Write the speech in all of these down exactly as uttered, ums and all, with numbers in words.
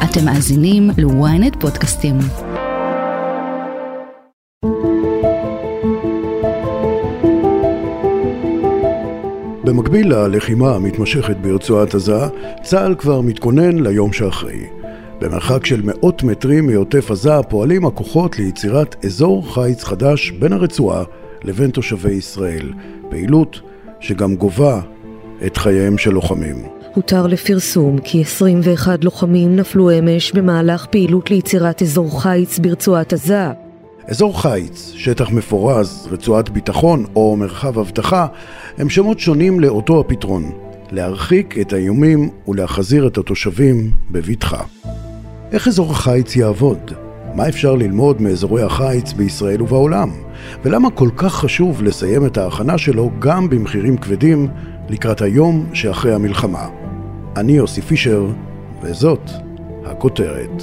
אתם מאזינים ל-ynet פודקאסטים. במקביל ללחימה המתמשכת ברצועת עזה, צה"ל כבר מתכונן ליום שאחרי. במרחק של מאות מטרים מעוטף עזה פועלים הכוחות ליצירת אזור חיץ חדש בין הרצועה לבין תושבי ישראל. פעילות שגם גובה את חייהם של לוחמים. הותר לפרסום כי עשרים ואחד לוחמים נפלו אמש במהלך פעילות ליצירת אזור חיץ ברצועת עזה. אזור חיץ, שטח מפורז, רצועת ביטחון או מרחב הבטחה הם שמות שונים לאותו הפתרון, להרחיק את האיומים ולהחזיר את התושבים בביטחה. איך אזור החיץ יעבוד? מה אפשר ללמוד מאזורי החיץ בישראל ובעולם? ולמה כל כך חשוב לסיים את ההכנה שלו גם במחירים כבדים לקראת היום שאחרי המלחמה? אני יוסי פישר, וזאת הכותרת.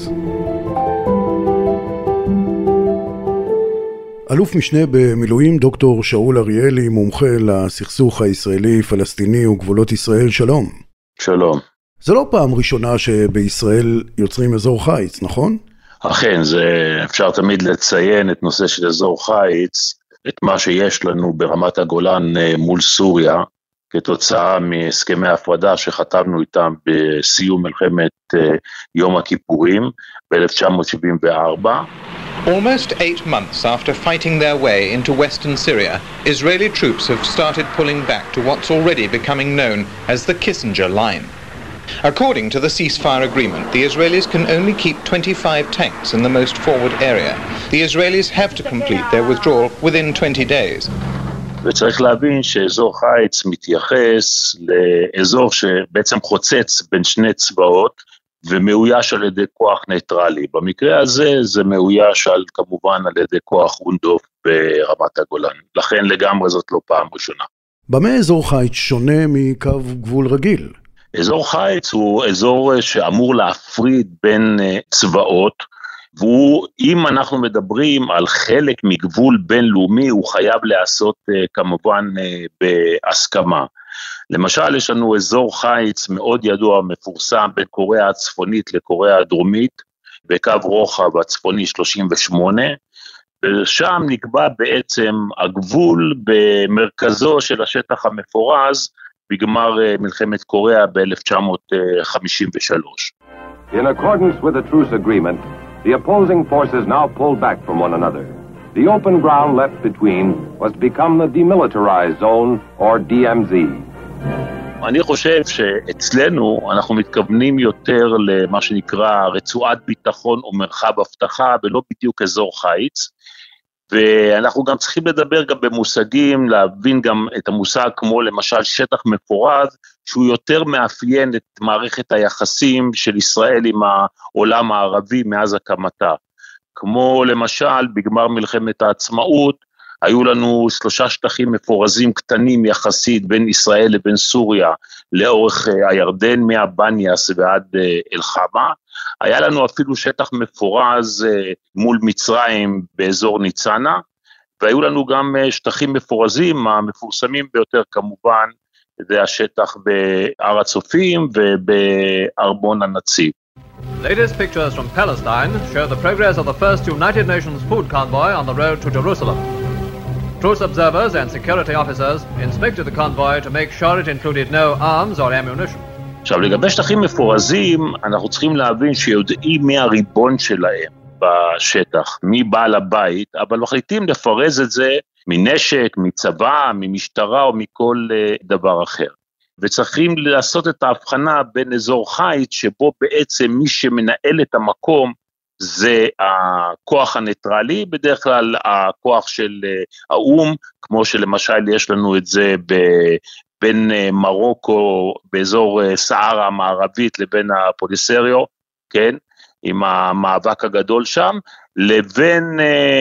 אלוף משנה במילואים דוקטור שאול אריאלי, מומחה לסכסוך הישראלי-פלסטיני וגבולות ישראל, שלום. שלום. זה לא פעם ראשונה שבישראל יוצרים אזור חיץ, נכון? אכן, זה אפשר תמיד לציין את נושא של אזור חיץ, את מה שיש לנו ברמת הגולן מול סוריה, כתוצאה מהסכמי הפרדה שחתמנו איתם בסיום מלחמת יום הכיפורים ב-אלף תשע מאות שבעים וארבע. Almost eight months after fighting their way into western Syria, Israeli troops have started pulling back to what's already becoming known as the Kissinger Line. According to the ceasefire agreement, the Israelis can only keep twenty-five tanks in the most forward area. The Israelis have to complete their withdrawal within twenty days. וצריך להבין שאזור חיץ מתייחס לאזור שבעצם חוצץ בין שני צבאות, ומאויש על ידי כוח ניטרלי. במקרה הזה זה מאויש על, כמובן על ידי כוח אונדוף ברמת הגולן. לכן לגמרי זאת לא פעם ראשונה. במה אזור חיץ שונה מקו גבול רגיל? אזור חיץ הוא אזור שאמור להפריד בין צבאות, והוא, אם אנחנו מדברים על חלק מגבול בינלאומי, הוא חייב לעשות כמובן בהסכמה. למשל, יש לנו אזור חיץ מאוד ידוע, מפורסם בין קוריאה הצפונית לקוריאה הדרומית, בקו רוחב הצפוני שלושים ושמונה, ושם נקבע בעצם הגבול במרכזו של השטח המפורז, בגמר מלחמת קוריאה ב-אלף תשע מאות חמישים ושלוש. In accordance with the truce agreement, the opposing forces now pulled back from one another. The open ground left between was become the demilitarized zone, or D M Z. אני חושב שאצלנו אנחנו מתכוונים יותר למה שנקרא רצועת ביטחון או מרחב הבטחה, ולא בדיוק אזור חיץ, ואנחנו גם צריכים לדבר גם במושגים, להבין גם את המושג כמו למשל שטח מפורז, שהוא יותר מאפיין את מערכת היחסים של ישראל עם העולם הערבי מאז הקמתה. כמו למשל בגמר מלחמת העצמאות, היו לנו שלושה שטחים מפורזים קטנים יחסית בין ישראל לבין סוריה, לאורך הירדן מהבניאס ועד אל-חמה. היה לנו אפילו שטח מפורז מול מצרים באזור ניצנה, והיו לנו גם שטחים מפורזים, המפורסמים ביותר כמובן, זה השטח בהר הצופים ובארמון הנציב. Latest pictures from Palestine show the progress of the first United Nations food convoy on the road to Jerusalem. Truce observers and security officers inspected the convoy to make sure it included no arms or ammunition. עכשיו, לגבי שטחים מפורזים, אנחנו צריכים להבין שיודעים מי הריבון שלהם בשטח, מי בעל הבית, אבל מחליטים לפרז את זה מנשק, מצבא, ממשטרה או מכל דבר אחר. וצריכים לעשות את ההבחנה בין אזור חיץ, שבו בעצם מי שמנהל את המקום, זה הכוח הניטרלי, בדרך כלל הכוח של האום, כמו שלמשל יש לנו את זה בין מרוקו, באזור סהרה המערבית לבין הפוליסריו, כן, עם המאבק הגדול שם, לבין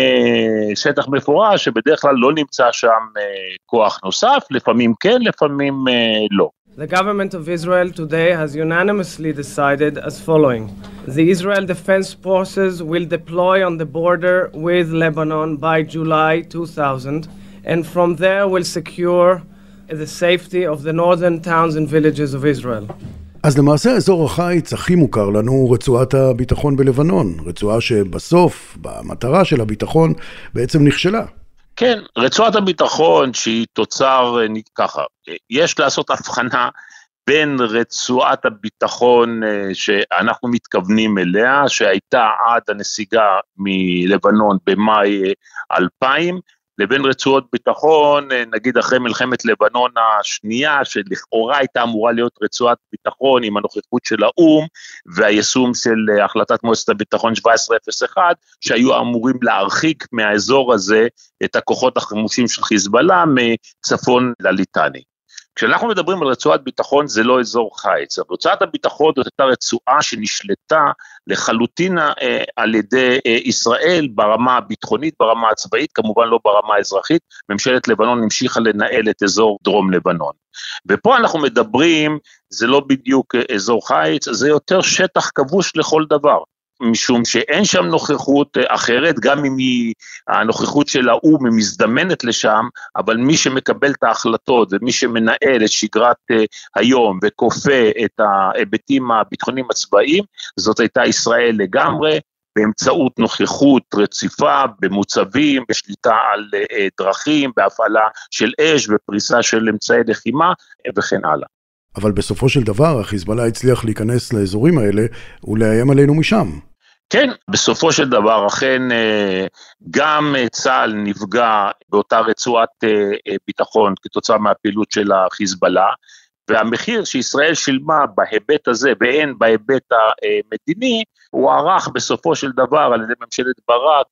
שטח מפורש, שבדרך כלל לא נמצא שם כוח נוסף, לפעמים כן, לפעמים לא. The government of Israel today has unanimously decided as following. The Israel Defense Forces will deploy on the border with Lebanon by July two thousand, and from there will secure the safety of the northern towns and villages of Israel. אז למעשה האזור החיץ הכי מוכר לנו רצועת הביטחון בלבנון, רצועה שבסוף, במטרה של הביטחון, בעצם נכשלה. כן, רצועת הביטחון שהיא תוצר ככה, יש לעשות הבחנה בין רצועת הביטחון שאנחנו מתכוונים אליה, שהייתה עד הנסיגה מלבנון במאי אלפיים, לבין רצועות ביטחון, נגיד אחרי מלחמת לבנון השנייה, שלכאורה הייתה אמורה להיות רצועת ביטחון עם הנוכחות של האום, והיישום של החלטת מועצת הביטחון שבע עשרה אפס אחת, שהיו אמורים להרחיק מהאזור הזה את הכוחות החמושים של חיזבאללה מצפון לליטני. כשאנחנו מדברים על רצועת ביטחון, זה לא אזור חיץ. רצועת הביטחון זאת הייתה רצועה שנשלטה לחלוטין אה, על ידי אה, ישראל ברמה הביטחונית, ברמה הצבאית, כמובן לא ברמה האזרחית. ממשלת לבנון המשיכה לנהל את אזור דרום לבנון. ופה אנחנו מדברים, זה לא בדיוק אזור חיץ, זה יותר שטח כבוש לכל דבר. משום שאין שם נוכחות אחרת, גם אם היא, הנוכחות של האום היא מזדמנת לשם, אבל מי שמקבל את ההחלטות ומי שמנהל את שגרת היום וכופה את ההיבטים הביטחוניים הצבאיים, זאת הייתה ישראל לגמרי, באמצעות נוכחות רציפה במוצבים, בשליטה על דרכים, בהפעלה של אש, בפריסה של אמצעי לחימה וכן הלאה. אבל בסופו של דבר, החיזבאללה הצליח להיכנס לאזורים האלה ולאיים עלינו משם. כן, בסופו של דבר, אכן גם צה"ל נפגע באותה רצועת ביטחון כתוצאה מהפעילות של החיזבאללה, והמחיר שישראל שילמה בהיבט הזה, ואין בהיבט המדיני, הוא ערך בסופו של דבר על ידי ממשלת ברק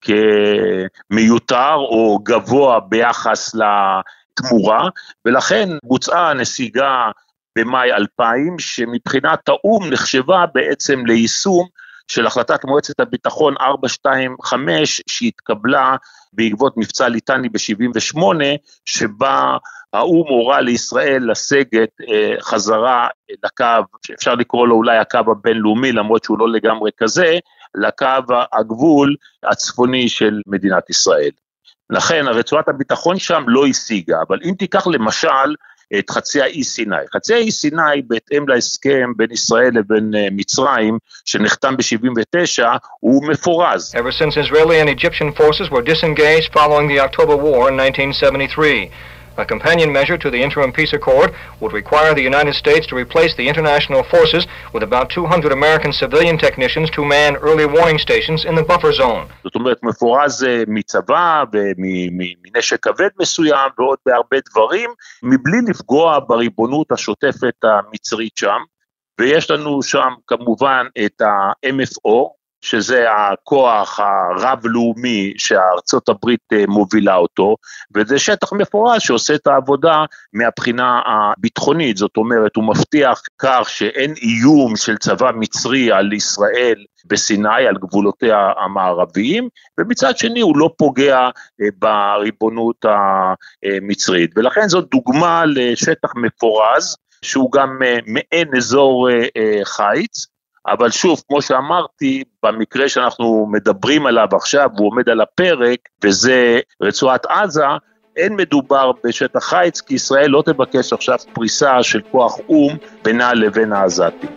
כמיותר או גבוה ביחס לתמורה, ולכן בוצעה נסיגה במאי אלפיים, שמבחינת האום נחשבה בעצם ליישום של החלטת מועצת הביטחון ארבע שתיים חמש, שהתקבלה בעקבות מבצע ליטני ב-שבעים ושמונה, שבה האום הורה לישראל לסגת אה, חזרה לקו, שאפשר לקרוא לו אולי הקו הבינלאומי, למרות שהוא לא לגמרי כזה, לקו הגבול הצפוני של מדינת ישראל. לכן הרצועת הביטחון שם לא השיגה, אבל אם תיקח למשל את חצי האי סיני. חצי האי סיני בהתאם להסכם בין ישראל לבין מצרים, שנחתם ב-שבעים ותשע, הוא מפורז. Ever since Israeli and Egyptian forces were disengaged following the October War in nineteen seventy-three. A companion measure to the interim peace accord would require the United States to replace the international forces with about two hundred American civilian technicians to man early warning stations in the buffer zone. זאת אומרת, מפורז מצבא ומנשק כבד מסוים ועוד בהרבה דברים, מבלי לפגוע בריבונות השוטפת המצרית שם, ויש לנו שם כמובן את ה-אם אף או, שזה הכוח הרב-לאומי שהארצות הברית מובילה אותו, וזה שטח מפורז שעושה את העבודה מהבחינה הביטחונית, זאת אומרת, הוא מבטיח כך שאין איום של צבא מצרי על ישראל בסיני, על גבולותיה המערביים, ומצד שני הוא לא פוגע בריבונות המצרית, ולכן זאת דוגמה לשטח מפורז, שהוא גם מעין אזור חיץ, אבל שוב, כמו שאמרתי, במקרה שאנחנו מדברים עליו עכשיו, הוא עומד על הפרק, וזה רצועת עזה, אין מדובר בשטח חיץ, כי ישראל לא תבקש עכשיו פריסה של כוח אום בינה לבין העזתים.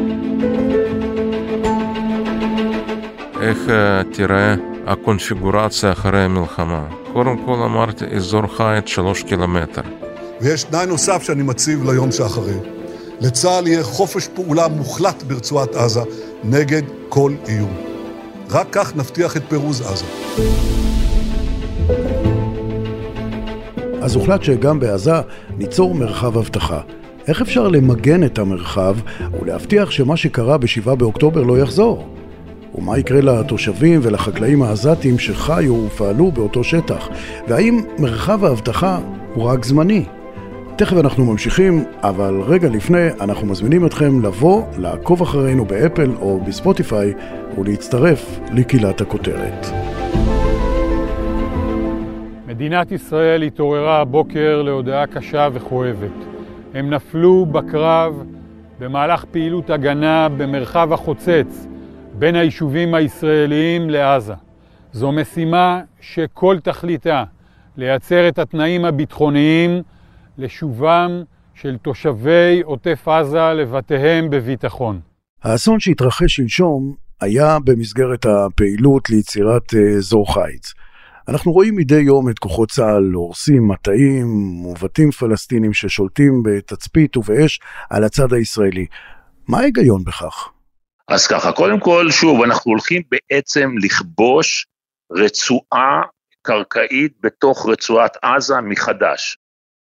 איך תראה הקונפיגורציה אחרי המלחמה? קודם כל אמרתי, אזור חיץ שלוש קילומטר. ויש תנאי נוסף שאני מציב ליום שאחרי. לצה"ל יהיה חופש פעולה מוחלט ברצועת עזה נגד כל איום. רק כך נבטיח את פירוז עזה. אז הוחלט שגם בעזה ניצור מרחב הבטחה. איך אפשר למגן את המרחב ולהבטיח שמה שקרה בשבעה באוקטובר לא יחזור? ומה יקרה לתושבים ולחקלאים העזתים שחיו ופעלו באותו שטח? והאם מרחב ההבטחה הוא רק זמני? תכף אנחנו ממשיכים, אבל רגע לפני אנחנו מזמינים אתכם לבוא, לעקוב אחרינו באפל או בספוטיפיי ולהצטרף לקהילת הכותרת. מדינת ישראל התעוררה הבוקר להודעה קשה וכואבת. הם נפלו בקרב במהלך פעילות הגנה במרחב החוצץ בין היישובים הישראליים לעזה. זו משימה שכל תכליתה לייצר את התנאים הביטחוניים לשובם של תושבי עוטף עזה לבתיהם בביטחון. האסון שהתרחש שלשום היה במסגרת הפעילות ליצירת אזור חיץ. אנחנו רואים מדי יום את כוחות צה"ל הורסים מטעים ובתים פלסטינים ששולטים בתצפית ובאש על הצד הישראלי. מה ההיגיון בכך? אז ככה, קודם כל, שוב, אנחנו הולכים בעצם לכבוש רצועה קרקעית בתוך רצועת עזה מחדש.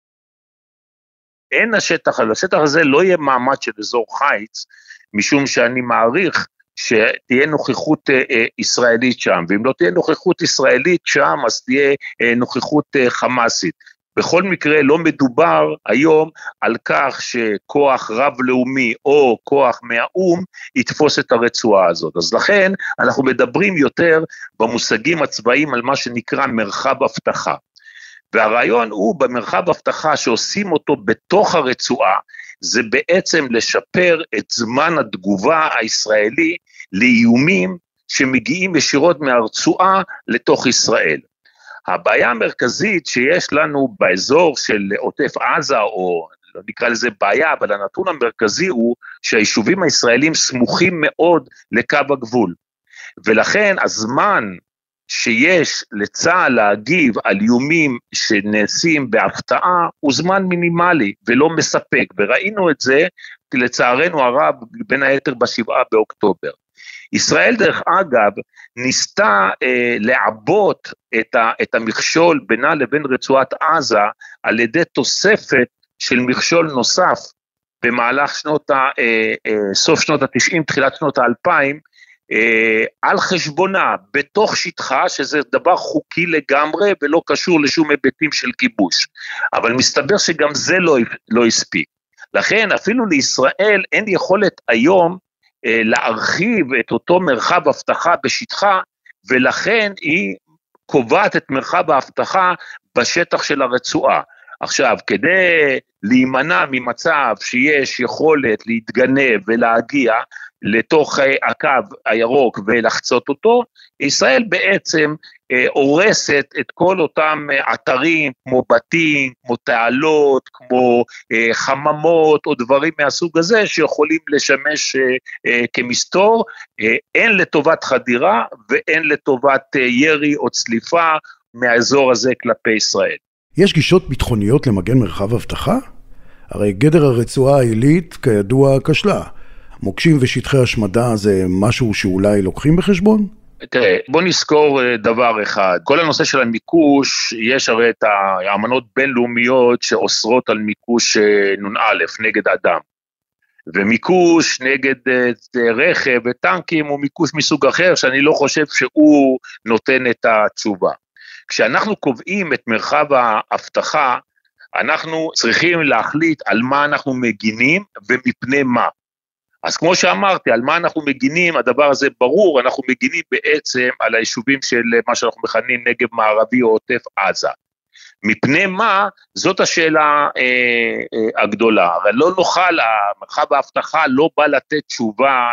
אין השטח, השטח הזה לא יהיה מעמד של אזור חיץ, משום שאני מעריך שתהיה נוכחות אה, ישראלית שם, ואם לא תהיה נוכחות ישראלית שם, אז תהיה אה, נוכחות אה, חמאסית. בכל מקרה לא מדובר היום על כך שכוח רב-לאומי או כוח מהאום יתפוס את הרצועה הזאת. אז לכן אנחנו מדברים יותר במושגים הצבאיים על מה שנקרא מרחב הבטחה. והרעיון הוא במרחב הבטחה שעושים אותו בתוך הרצועה, זה בעצם לשפר את זמן התגובה הישראלי לאיומים שמגיעים ישירות מהרצועה לתוך ישראל. הבעיה המרכזית שיש לנו באזור של עוטף עזה, או לא נקרא לזה בעיה, אבל הנתון המרכזי הוא שהיישובים הישראלים סמוכים מאוד לקו הגבול. ולכן הזמן שיש לצה"ל להגיב על איומים שנעשים בהפתעה, הוא זמן מינימלי ולא מספק, וראינו את זה לצערנו הרב בין היתר בשבעה באוקטובר. ישראל דרך אגב ניסתה אה, לעבות את, ה, את המכשול בינה לבין רצועת עזה על ידי תוספת של מכשול נוסף במהלך שנות ה, אה, אה, סוף שנות ה-תשעים, תחילת שנות ה-אלפיים, אה, על חשבונה בתוך שטחה, שזה דבר חוקי לגמרי ולא קשור לשום היבטים של כיבוש, אבל מסתבר שגם זה לא, לא הספיק. לכן אפילו לישראל אין יכולת היום להרחיב את אותו מרחב הבטחה בשטחה, ולכן היא קובעת את מרחב ההבטחה בשטח של הרצועה. עכשיו, כדי להימנע ממצב שיש יכולת להתגנב ולהגיע לתוך הקו הירוק ולחצות אותו, ישראל בעצם הורסת את כל אותם אתרים כמו בתים, כמו תעלות, כמו חממות או דברים מהסוג הזה שיכולים לשמש כמסתור, אין לטובת חדירה ואין לטובת ירי או צליפה מהאזור הזה כלפי ישראל. יש גישות ביטחוניות למגן מרחב הבטחה? הרי גדר הרצועה העילית כידוע כשלה. מוקשים ושטחי השמדה זה משהו שאולי לוקחים בחשבון? תראה, בוא נזכור דבר אחד. כל הנושא של המיקוש, יש הרי את האמנות בינלאומיות שאוסרות על מיקוש נון א' נגד אדם. ומיקוש נגד רכב וטנקים הוא מיקוש מסוג אחר, שאני לא חושב שהוא נותן את התשובה. כשאנחנו קובעים את מרחב ההבטחה, אנחנו צריכים להחליט על מה אנחנו מגינים ומפני מה. אז כמו שאמרתי, על מה אנחנו מגינים, הדבר הזה ברור, אנחנו מגינים בעצם על היישובים של מה שאנחנו מכנים נגב מערבי או עוטף עזה. מפני מה, זאת השאלה אה, אה, הגדולה. הרי לא נוכל, המרחב ההבטחה לא בא לתת תשובה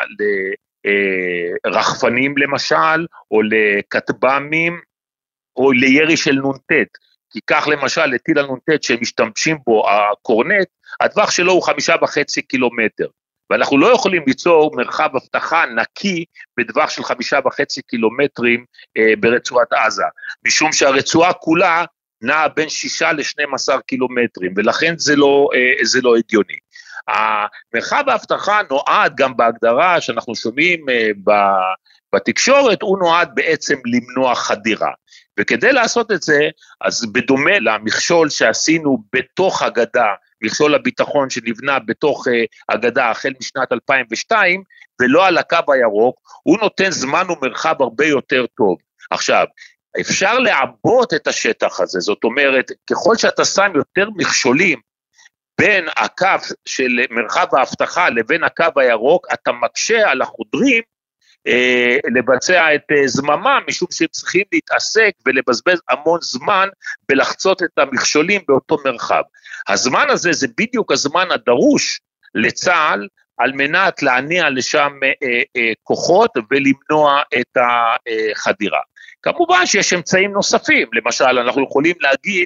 לרחפנים למשל, או לכתב"מים, או לירי של נונטט. כי כך למשל, לטיל הנונטט שהם משתמשים בו, הקורנט, הטווח שלו הוא חמישה וחצי קילומטר. ואנחנו לא יכולים ליצור מרחב הבטחה נקי בטווח של חמישה וחצי קילומטרים אה, ברצועת עזה, משום שהרצועה כולה נעה בין שישה ל-שנים עשר קילומטרים, ולכן זה לא, אה, זה לא הגיוני. המרחב ההבטחה נועד גם בהגדרה שאנחנו שומעים אה, בתקשורת, הוא נועד בעצם למנוע חדירה. וכדי לעשות את זה, אז בדומה למכשול שעשינו בתוך הגדה, מכשול הביטחון שנבנה בתוך uh, הגדה החל משנת אלפיים ושתיים, ולא על הקו הירוק, הוא נותן זמן ומרחב הרבה יותר טוב. עכשיו, אפשר לעבות את השטח הזה, זאת אומרת, ככל שאתה שם יותר מכשולים, בין הקו של מרחב ההבטחה לבין הקו הירוק, אתה מקשה על החודרים, לבצע את זממה, משום שהם צריכים להתעסק ולבזבז המון זמן בלחצות את המכשולים באותו מרחב. הזמן הזה זה בדיוק הזמן הדרוש לצה"ל, על מנת להניע לשם כוחות ולמנוע את החדירה. כמובן שיש אמצעים נוספים, למשל אנחנו יכולים להגיד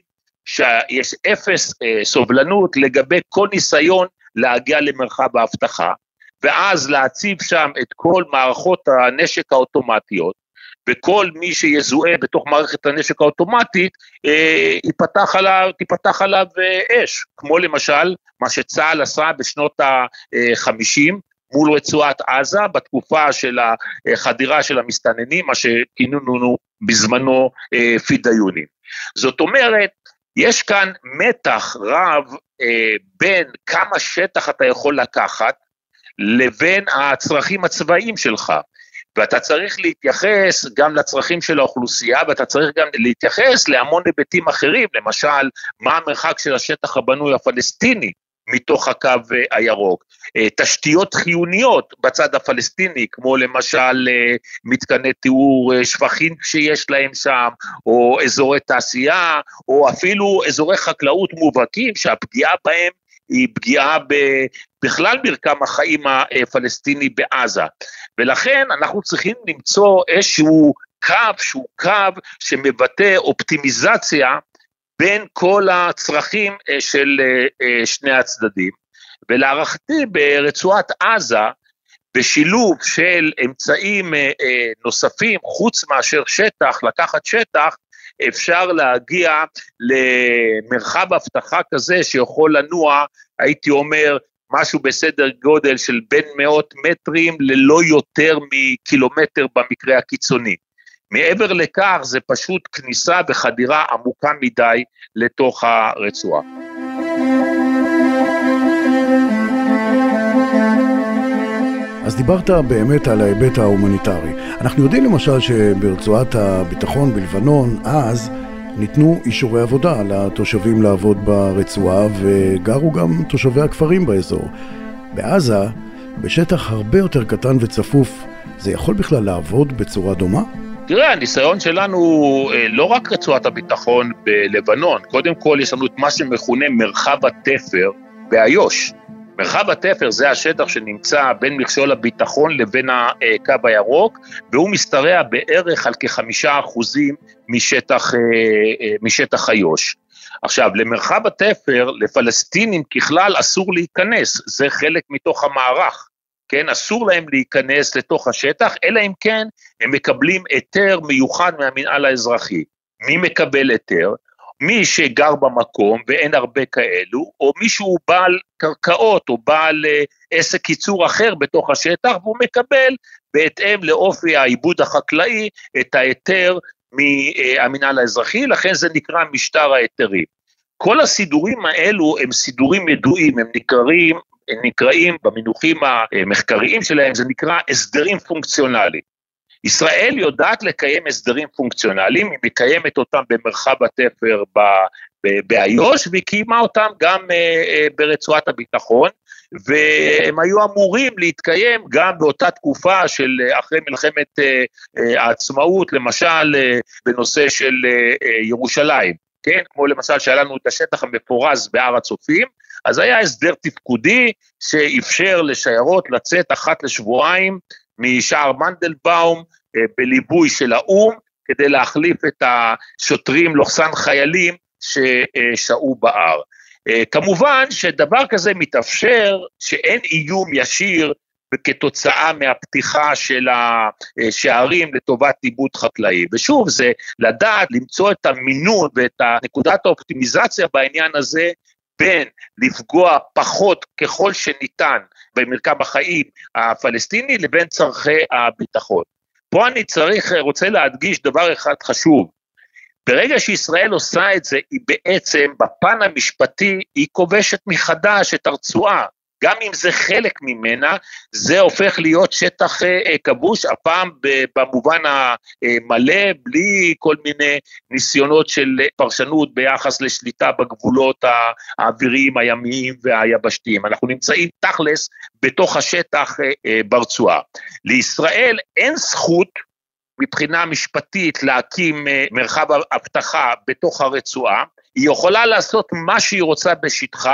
שיש אפס אה, סובלנות לגבי כל ניסיון להגיע למרחב ההבטחה, ואז להציב שם את כל מערכות הנשק האוטומטיות, וכל מי שיזוהה בתוך מערכת הנשק האוטומטית, אה, ייפתח עליו, תיפתח עליו אה, אש, כמו למשל מה שצה"ל עשה בשנות ה-חמישים, מול רצועת עזה, בתקופה של החדירה של המסתננים, מה שכינונו בזמנו אה, פידאיונים. זאת אומרת, יש כאן מתח רב אה, בין כמה שטח אתה יכול לקחת, לבין הצרכים הצבאיים שלך, ואתה צריך להתייחס גם לצרכים של האוכלוסייה, ואתה צריך גם להתייחס להמון היבטים אחרים, למשל, מה המרחק של השטח הבנוי הפלסטיני, מתוך הקו הירוק, תשתיות חיוניות בצד הפלסטיני, כמו למשל מתקני תיאור שפכים שיש להם שם, או אזורי תעשייה, או אפילו אזורי חקלאות מובהקים, שהפגיעה בהם היא פגיעה בכלל מרקם החיים הפלסטיני בעזה, ולכן אנחנו צריכים למצוא איזשהו קו, שהוא קו שמבטא אופטימיזציה, בין כל הצרכים של שני הצדדים, ולהערכתי ברצועת עזה, בשילוב של אמצעים נוספים, חוץ מאשר שטח, לקחת שטח, אפשר להגיע למרחב הבטחה כזה, שיכול לנוע, הייתי אומר, משהו בסדר גודל של בין מאות מטרים, ללא יותר מקילומטר במקרה הקיצוני. מעבר לכך זה פשוט כניסה וחדירה עמוקה מדי לתוך הרצועה. אז דיברת באמת על ההיבט ההומניטרי. אנחנו יודעים למשל שברצועת הביטחון בלבנון אז ניתנו אישורי עבודה לתושבים לעבוד ברצועה, וגרו גם תושבי הכפרים באזור. בעזה, בשטח הרבה יותר קטן וצפוף, זה יכול בכלל לעבוד בצורה דומה? תראה, הניסיון שלנו לא רק רצועת הביטחון בלבנון, קודם כל יש לנו את מה שמכונה מרחב התפר באיו"ש. מרחב התפר זה השטח שנמצא בין מכשול הביטחון לבין הקו הירוק, והוא משתרע בערך על כחמישה אחוזים משטח, משטח איו"ש. עכשיו, למרחב התפר, לפלסטינים ככלל אסור להיכנס, זה חלק מתוך המערך. כן, אסור להם להיכנס לתוך השטח, אלא אם כן הם מקבלים היתר מיוחד מהמינהל האזרחי. מי מקבל היתר? מי שגר במקום, ואין הרבה כאלו, או מישהו בעל קרקעות, או בעל עסק קיצור אחר בתוך השטח, והוא מקבל בהתאם לאופי העיבוד החקלאי, את ההיתר מהמינהל האזרחי, לכן זה נקרא משטר ההיתרים. כל הסידורים האלו הם סידורים ידועים, הם נקראים, הם נקראים במינוחים המחקריים שלהם, זה נקרא הסדרים פונקציונליים. ישראל יודעת לקיים הסדרים פונקציונליים, היא מקיימת אותם במרחב התפר באיו"ש, והיא קיימה אותם גם ברצועת הביטחון, והם היו אמורים להתקיים גם באותה תקופה של אחרי מלחמת העצמאות, למשל בנושא של ירושלים, כן? כמו למשל שהיה לנו את השטח המפורז בהר הצופים, אז היה הסדר תפקודי שאפשר לשיירות לצאת אחת לשבועיים משער מנדלבאום בליבוי של האום, כדי להחליף את השוטרים לוחסן חיילים ששעו בהר. כמובן שדבר כזה מתאפשר שאין איום ישיר וכתוצאה מהפתיחה של השערים לטובת עיבוד חקלאי. ושוב, זה לדעת למצוא את המינון ואת נקודת האופטימיזציה בעניין הזה, בין לפגוע פחות ככל שניתן במרקם החיים הפלסטיני לבין צרכי הביטחון. פה אני צריך, רוצה להדגיש דבר אחד חשוב. ברגע שישראל עושה את זה, היא בעצם בפן המשפטי, היא כובשת מחדש את הרצועה. גם אם זה חלק ממנה, זה הופך להיות שטח כבוש, הפעם במובן המלא, בלי כל מיני ניסיונות של פרשנות ביחס לשליטה בגבולות האוויריים, הימיים והיבשתיים. אנחנו נמצאים תכלס בתוך השטח ברצועה. לישראל אין זכות מבחינה משפטית להקים מרחב הבטחה בתוך הרצועה, היא יכולה לעשות מה שהיא רוצה בשטחה,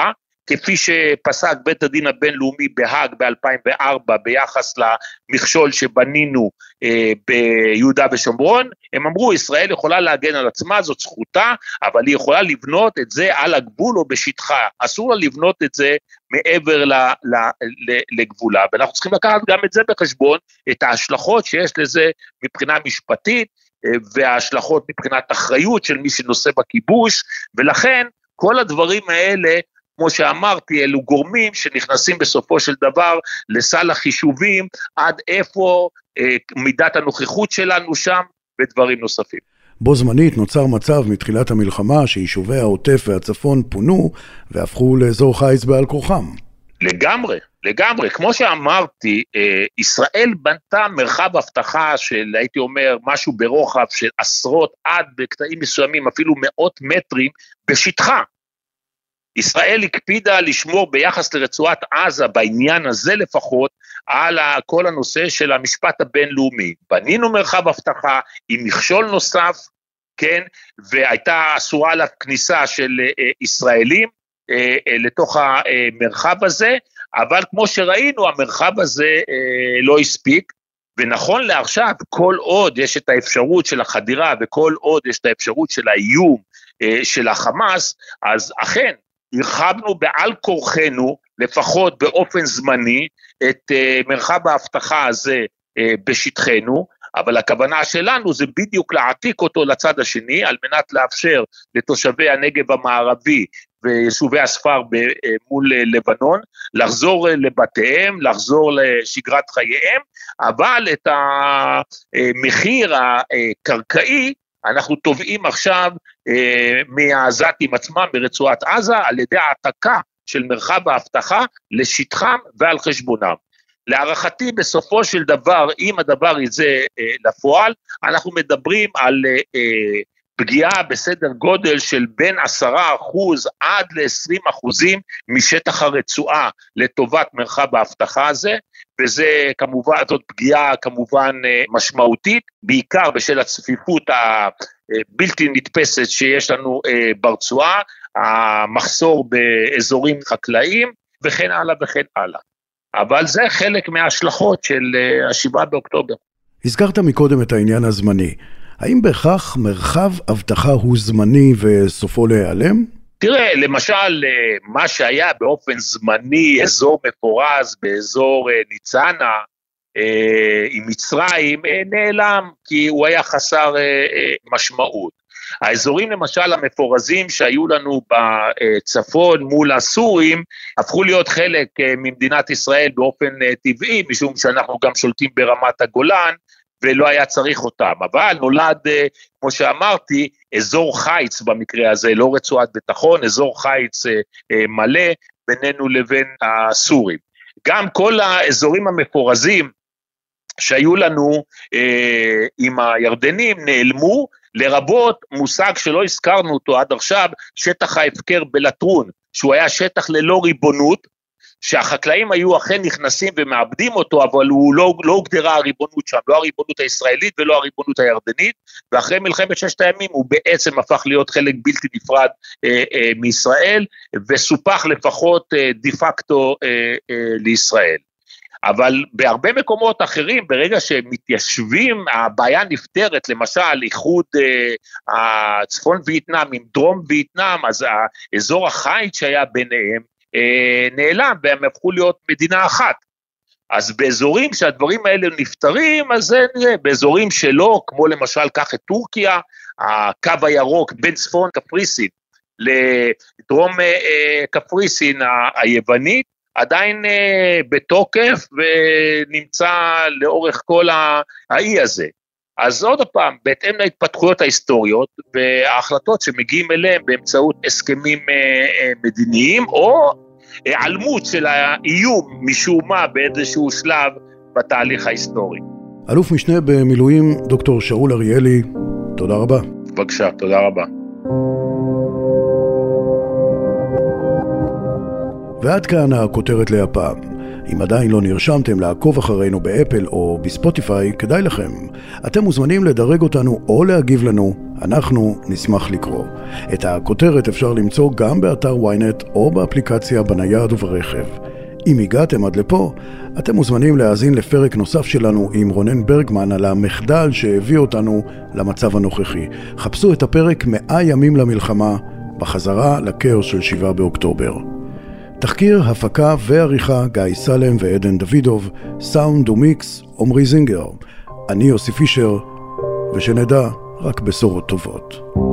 כפי שפסק בית הדין הבינלאומי בהאג ב-אלפיים וארבע ביחס למכשול שבנינו אה, ביהודה ושומרון, הם אמרו ישראל יכולה להגן על עצמה, זאת זכותה, אבל היא יכולה לבנות את זה על הגבול או בשטחה, אסור לה לבנות את זה מעבר ל, ל, ל, לגבולה, ואנחנו צריכים לקחת גם את זה בחשבון, את ההשלכות שיש לזה מבחינה משפטית, וההשלכות מבחינת אחריות של מי שנושא בכיבוש, ולכן כל הדברים האלה, כמו שאמרתי, אלו גורמים שנכנסים בסופו של דבר לסל החישובים, עד איפה אה, מידת הנוכחות שלנו שם, ודברים נוספים. בו זמנית נוצר מצב מתחילת המלחמה, שיישובי העוטף והצפון פונו, והפכו לאזור חיץ בעל כורחם. לגמרי, לגמרי. כמו שאמרתי, ישראל בנתה מרחב הבטחה של, הייתי אומר, משהו ברוחב של עשרות עד בקטעים מסוימים, אפילו מאות מטרים בשטחה. ישראל הקפידה לשמור ביחס לרצועת עזה, בעניין הזה לפחות, על כל הנושא של המשפט הבינלאומי. בנינו מרחב הבטחה עם מכשול נוסף, כן, והייתה אסורה עליו כניסה של ישראלים, לתוך המרחב הזה, אבל כמו שראינו, המרחב הזה לא הספיק, ונכון לעכשיו, כל עוד יש את האפשרות של החדירה, וכל עוד יש את האפשרות של האיום של החמאס, אז אכן, הרחבנו בעל כורחנו, לפחות באופן זמני, את מרחב ההבטחה הזה בשטחנו, אבל הכוונה שלנו זה בדיוק להעתיק אותו לצד השני, על מנת לאפשר לתושבי הנגב המערבי, ויישובי הספר מול לבנון, לחזור לבתיהם, לחזור לשגרת חייהם, אבל את המחיר הקרקעי, אנחנו תובעים עכשיו מהעזתים עצמם ברצועת עזה, על ידי העתקה של מרחב ההבטחה לשטחם ועל חשבונם. להערכתי בסופו של דבר, אם הדבר הזה לפועל, אנחנו מדברים על פגיעה בסדר גודל של בין עשרה אחוז עד ל-עשרים אחוזים משטח הרצועה לטובת מרחב ההבטחה הזה, וזה כמובן, זאת פגיעה כמובן משמעותית, בעיקר בשל הצפיפות הבלתי נתפסת שיש לנו ברצועה, המחסור באזורים חקלאיים וכן הלאה וכן הלאה. אבל זה חלק מההשלכות של השבעה באוקטובר. הזכרת מקודם את העניין הזמני. האם בהכרח מרחב הבטחה הוא זמני וסופו להיעלם? תראה, למשל, מה שהיה באופן זמני, אזור מפורז באזור ניצנה, עם מצרים, נעלם, כי הוא היה חסר משמעות. האזורים למשל המפורזים שהיו לנו בצפון מול הסורים, הפכו להיות חלק ממדינת ישראל באופן טבעי, משום שאנחנו גם שולטים ברמת הגולן, ולא היה צריך אותם, אבל נולד, כמו שאמרתי, אזור חיץ במקרה הזה, לא רצועת ביטחון, אזור חיץ מלא בינינו לבין הסורים. גם כל האזורים המפורזים שהיו לנו אה, עם הירדנים נעלמו, לרבות מושג שלא הזכרנו אותו עד עכשיו, שטח ההפקר בלטרון, שהוא היה שטח ללא ריבונות, שהחקלאים היו אכן נכנסים ומאבדים אותו, אבל הוא לא, לא הוגדרה הריבונות שם, לא הריבונות הישראלית ולא הריבונות הירדנית, ואחרי מלחמת ששת הימים הוא בעצם הפך להיות חלק בלתי נפרד אה, אה, מישראל, וסופח לפחות אה, דה פקטו אה, אה, לישראל. אבל בהרבה מקומות אחרים, ברגע שמתיישבים, הבעיה נפתרת, למשל, איחוד אה, הצפון וייטנאם עם דרום וייטנאם, אז האזור החיץ שהיה ביניהם, אה, נעלם, והם הפכו להיות מדינה אחת. אז באזורים שהדברים האלה נפתרים, אז זה נראה, באזורים שלא, כמו למשל, קח את טורקיה, הקו הירוק בין צפון קפריסין, לדרום אה, קפריסין היוונית, עדיין אה, בתוקף ונמצא לאורך כל האי הזה. אז עוד פעם, בהתאם להתפתחויות ההיסטוריות וההחלטות שמגיעים אליהם באמצעות הסכמים אה, אה, מדיניים, או העלמות של האיום משום מה באיזשהו שלב בתהליך ההיסטורי. אלוף משנה במילואים דוקטור שאול אריאלי, תודה רבה. בבקשה, תודה רבה. ועד כאן הכותרת להפעם. אם עדיין לא נרשמתם לעקוב אחרינו באפל או בספוטיפיי, כדאי לכם. אתם מוזמנים לדרג אותנו או להגיב לנו, אנחנו נשמח לקרוא. את הכותרת אפשר למצוא גם באתר וויינט או באפליקציה בנייד וברכב. אם הגעתם עד לפה, אתם מוזמנים להאזין לפרק נוסף שלנו עם רונן ברגמן על המחדל שהביא אותנו למצב הנוכחי. חפשו את הפרק מאה ימים למלחמה, בחזרה לקאוס של שבעה באוקטובר. תחקיר, הפקה ועריכה גיא סלם ועדן דוידוב, סאונד ומיקס עומרי זינגר. אני יוסי פישר, ושנדע רק בשורות טובות.